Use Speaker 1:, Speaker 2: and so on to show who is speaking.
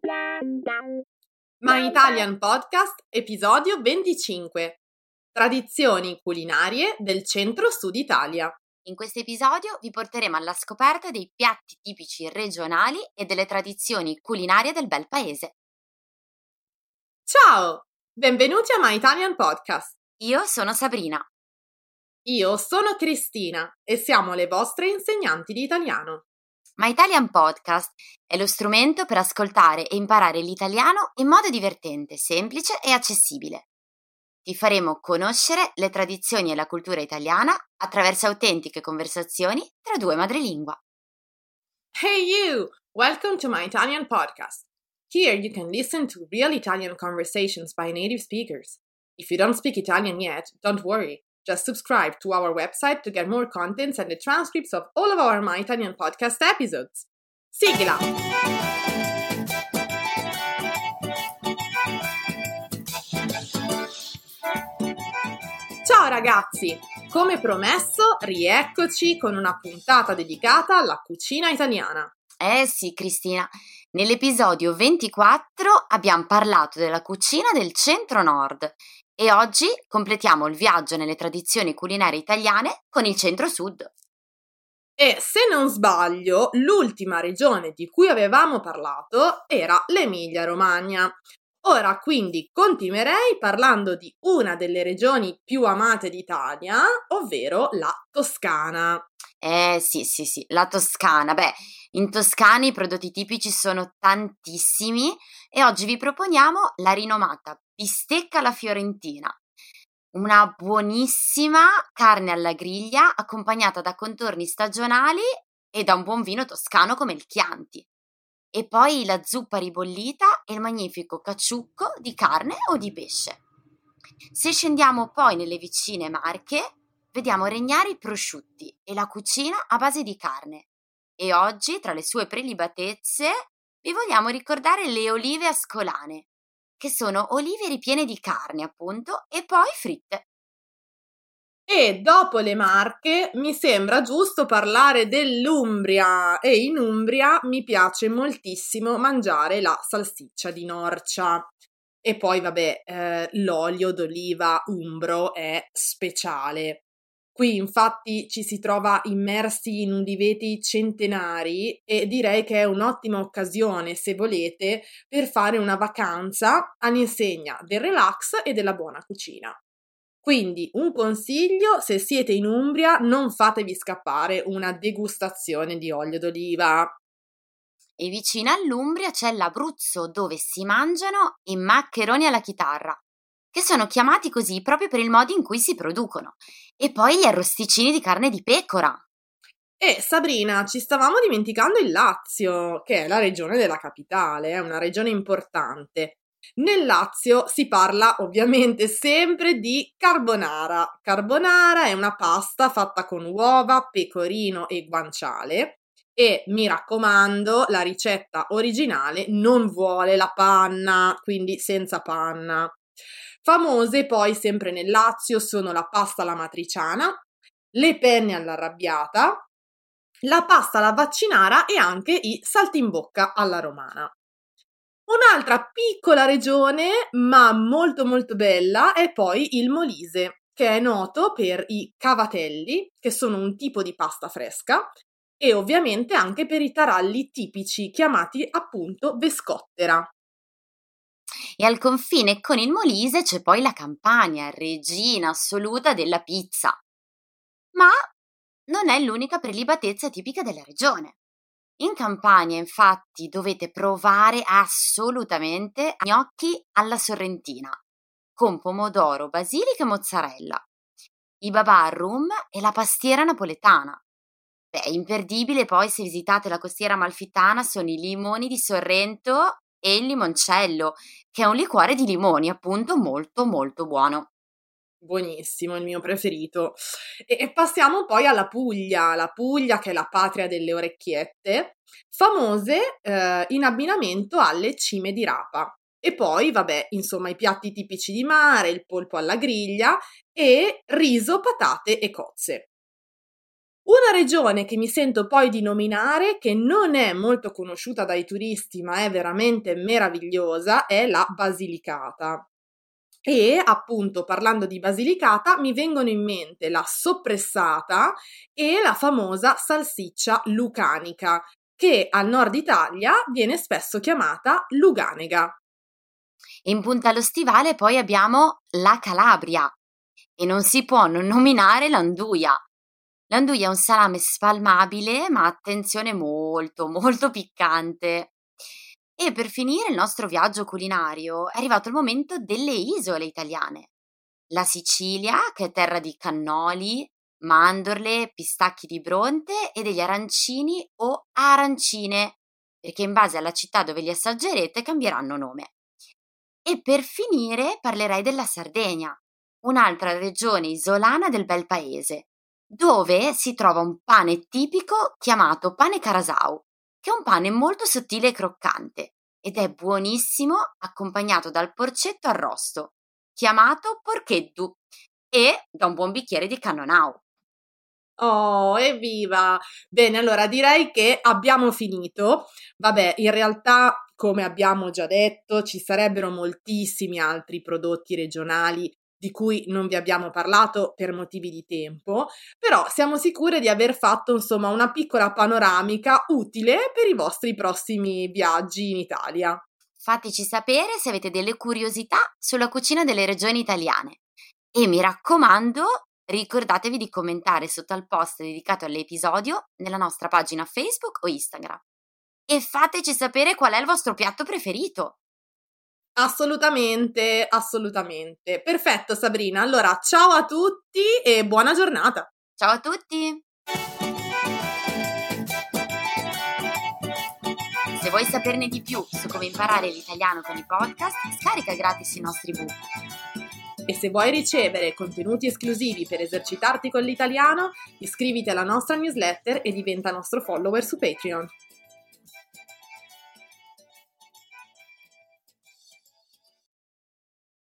Speaker 1: My Italian Podcast, episodio 25. Tradizioni culinarie del centro-sud Italia.
Speaker 2: In questo episodio vi porteremo alla scoperta dei piatti tipici regionali e delle tradizioni culinarie del bel paese.
Speaker 1: Ciao! Benvenuti a My Italian Podcast.
Speaker 2: Io sono Sabrina.
Speaker 1: Io sono Cristina e siamo le vostre insegnanti di italiano.
Speaker 2: My Italian Podcast è lo strumento per ascoltare e imparare l'italiano in modo divertente, semplice e accessibile. Ti faremo conoscere le tradizioni e la cultura italiana attraverso autentiche conversazioni tra due madrelingua.
Speaker 1: Hey you! Welcome to My Italian Podcast. Here you can listen to real Italian conversations by native speakers. If you don't speak Italian yet, don't worry. Just subscribe to our website to get more contents and the transcripts of all of our My Italian Podcast episodes. Sigla! Ciao ragazzi! Come promesso, rieccoci con una puntata dedicata alla cucina italiana.
Speaker 2: Sì, Cristina, nell'episodio 24 abbiamo parlato della cucina del centro-nord e oggi completiamo il viaggio nelle tradizioni culinarie italiane con il centro-sud.
Speaker 1: E se non sbaglio, l'ultima regione di cui avevamo parlato era l'Emilia-Romagna. Ora quindi continuerei parlando di una delle regioni più amate d'Italia, ovvero la Toscana.
Speaker 2: Sì, la Toscana. In Toscana i prodotti tipici sono tantissimi e oggi vi proponiamo la rinomata bistecca alla fiorentina, una buonissima carne alla griglia accompagnata da contorni stagionali e da un buon vino toscano come il Chianti. E poi la zuppa ribollita e il magnifico caciucco di carne o di pesce. Se scendiamo poi nelle vicine Marche, vediamo regnare i prosciutti e la cucina a base di carne. E oggi, tra le sue prelibatezze, vi vogliamo ricordare le olive ascolane, che sono olive ripiene di carne, appunto, e poi fritte.
Speaker 1: E dopo le Marche mi sembra giusto parlare dell'Umbria e in Umbria mi piace moltissimo mangiare la salsiccia di Norcia. E poi l'olio d'oliva umbro è speciale. Qui infatti ci si trova immersi in uliveti centenari e direi che è un'ottima occasione, se volete, per fare una vacanza all'insegna del relax e della buona cucina. Quindi un consiglio: se siete in Umbria non fatevi scappare una degustazione di olio d'oliva.
Speaker 2: E vicino all'Umbria c'è l'Abruzzo, dove si mangiano i maccheroni alla chitarra, che sono chiamati così proprio per il modo in cui si producono, e poi gli arrosticini di carne di pecora.
Speaker 1: E Sabrina, ci stavamo dimenticando il Lazio, che è la regione della capitale, è una regione importante. Nel Lazio si parla ovviamente sempre di carbonara. Carbonara è una pasta fatta con uova, pecorino e guanciale e mi raccomando, la ricetta originale non vuole la panna, quindi senza panna. Famose poi sempre nel Lazio sono la pasta alla matriciana, le penne all'arrabbiata, la pasta alla vaccinara e anche i saltimbocca alla romana. Un'altra piccola regione, ma molto molto bella, è poi il Molise, che è noto per i cavatelli, che sono un tipo di pasta fresca, e ovviamente anche per i taralli tipici, chiamati appunto vescottera.
Speaker 2: E al confine con il Molise c'è poi la Campania, regina assoluta della pizza. Ma non è l'unica prelibatezza tipica della regione. In Campania, infatti, dovete provare assolutamente gnocchi alla sorrentina, con pomodoro, basilico e mozzarella, i babà al rum e la pastiera napoletana. Imperdibile poi, se visitate la costiera amalfitana, sono i limoni di Sorrento e il limoncello, che è un liquore di limoni, appunto, molto molto buono.
Speaker 1: Buonissimo, il mio preferito. E passiamo poi alla Puglia, la Puglia che è la patria delle orecchiette, famose in abbinamento alle cime di rapa. E poi, i piatti tipici di mare, il polpo alla griglia e riso, patate e cozze. Una regione che mi sento poi di nominare, che non è molto conosciuta dai turisti, ma è veramente meravigliosa, è la Basilicata. E appunto, parlando di Basilicata, mi vengono in mente la soppressata e la famosa salsiccia lucanica, che al nord Italia viene spesso chiamata luganega.
Speaker 2: In punta allo stivale poi abbiamo la Calabria e non si può non nominare l'anduja. L'anduja è un salame spalmabile, ma attenzione molto, molto piccante. E per finire il nostro viaggio culinario è arrivato il momento delle isole italiane. La Sicilia, che è terra di cannoli, mandorle, pistacchi di Bronte e degli arancini o arancine, perché in base alla città dove li assaggerete cambieranno nome. E per finire parlerei della Sardegna, un'altra regione isolana del bel paese, dove si trova un pane tipico chiamato pane carasau, che è un pane molto sottile e croccante ed è buonissimo accompagnato dal porcetto arrosto, chiamato porcheddu, e da un buon bicchiere di cannonau.
Speaker 1: Oh, evviva! Bene, allora direi che abbiamo finito. Vabbè, in realtà, come abbiamo già detto, ci sarebbero moltissimi altri prodotti regionali di cui non vi abbiamo parlato per motivi di tempo, però siamo sicure di aver fatto, insomma, una piccola panoramica utile per i vostri prossimi viaggi in Italia.
Speaker 2: Fateci sapere se avete delle curiosità sulla cucina delle regioni italiane. E mi raccomando, ricordatevi di commentare sotto al post dedicato all'episodio nella nostra pagina Facebook o Instagram. E fateci sapere qual è il vostro piatto preferito.
Speaker 1: Assolutamente, assolutamente. Perfetto, Sabrina. Allora, ciao a tutti e buona giornata.
Speaker 2: Ciao a tutti! Se vuoi saperne di più su come imparare l'italiano con i podcast, scarica gratis i nostri ebook.
Speaker 1: E se vuoi ricevere contenuti esclusivi per esercitarti con l'italiano, iscriviti alla nostra newsletter e diventa nostro follower su Patreon.